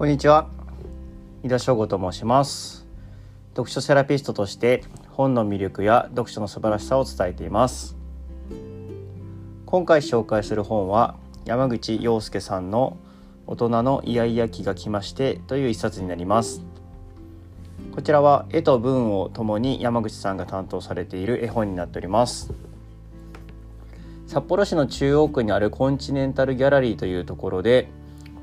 こんにちは、井田翔吾と申します。読書セラピストとして本の魅力や読書の素晴らしさを伝えています。今回紹介する本は山口洋介さんの大人のイヤイヤ期が来ましてという一冊になります。こちらは絵と文をともに山口さんが担当されている絵本になっております。札幌市の中央区にあるコンチネンタルギャラリーというところで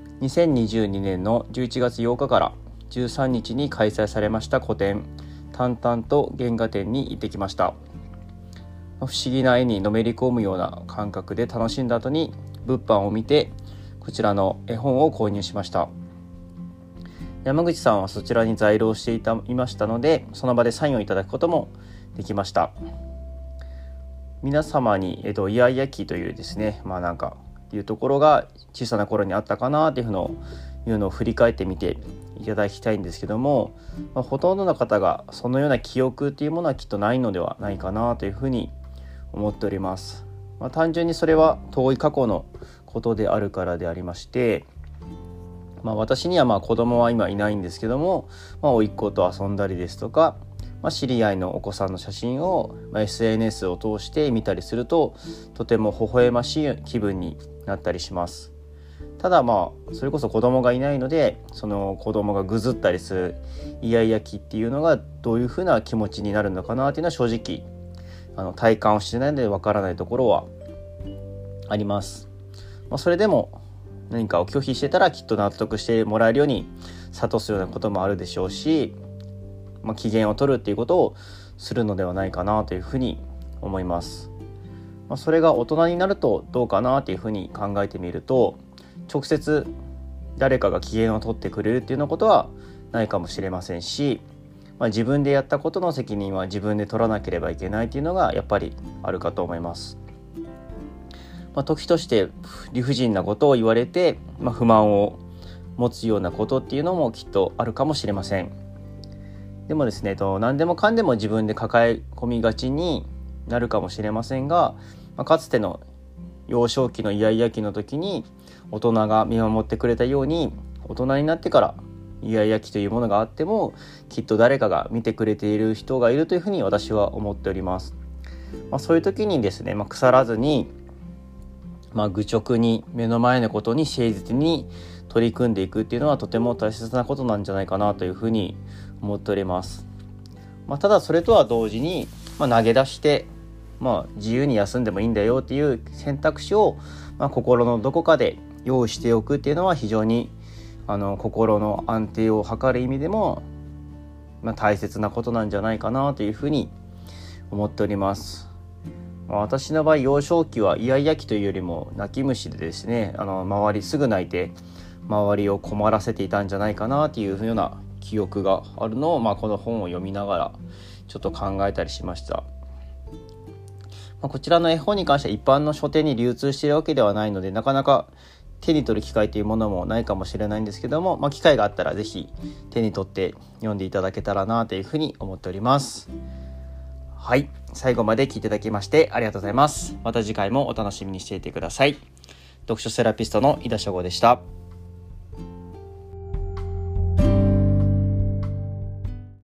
2022年の11月8日から13日に開催されました個展淡々と原画展に行ってきました。不思議な絵にのめり込むような感覚で楽しんだ後に物販を見てこちらの絵本を購入しました。山口さんはそちらに在廊していましたので、その場でサインをいただくこともできました。皆様に、イヤイヤ期というですね、いうところが小さな頃にあったかなというのを振り返ってみていただきたいんですけども、ほとんどの方がそのような記憶というものはきっとないのではないかなというふうに思っております。単純にそれは遠い過去のことであるからでありまして、私には子供は今いないんですけども、甥っ子と遊んだりですとか、知り合いのお子さんの写真を、SNS を通して見たりするととても微笑ましい気分になったりします。ただそれこそ子供がいないので、その子供がぐずったりするイヤイヤ期っていうのがどういうふうな気持ちになるのかなっていうのは正直体感をしてないのでわからないところはあります。それでも何かを拒否してたらきっと納得してもらえるように諭すようなこともあるでしょうし、機嫌を取るっていうことをするのではないかなというふうに思います。それが大人になるとどうかなというふうに考えてみると、直接誰かが機嫌を取ってくれるっていうようなことはないかもしれませんし、自分でやったことの責任は自分で取らなければいけないっていうのがやっぱりあるかと思います。時として理不尽なことを言われて、不満を持つようなことっていうのもきっとあるかもしれません。でもですね、何でもかんでも自分で抱え込みがちになるかもしれませんが、かつての幼少期のイヤイヤ期の時に大人が見守ってくれたように、大人になってからイヤイヤ期というものがあってもきっと誰かが見てくれている人がいるというふうに私は思っております。そういう時にですね、腐らずに愚直に目の前のことに誠実に取り組んでいくっていうのはとても大切なことなんじゃないかなというふうに思っております。ただそれとは同時に、投げ出して自由に休んでもいいんだよっていう選択肢を、心のどこかで用意しておくっていうのは非常に心の安定を図る意味でも、大切なことなんじゃないかなというふうに思っております。私の場合幼少期はイヤイヤ期というよりも泣き虫でですね、周りすぐ泣いて周りを困らせていたんじゃないかなというような記憶があるのを、この本を読みながらちょっと考えたりしました。こちらの絵本に関しては一般の書店に流通しているわけではないので、なかなか手に取る機会というものもないかもしれないんですけども、機会があったらぜひ手に取って読んでいただけたらなというふうに思っております。はい、最後まで聞いていただきましてありがとうございます。また次回もお楽しみにしていてください。読書セラピストの井田翔吾でした。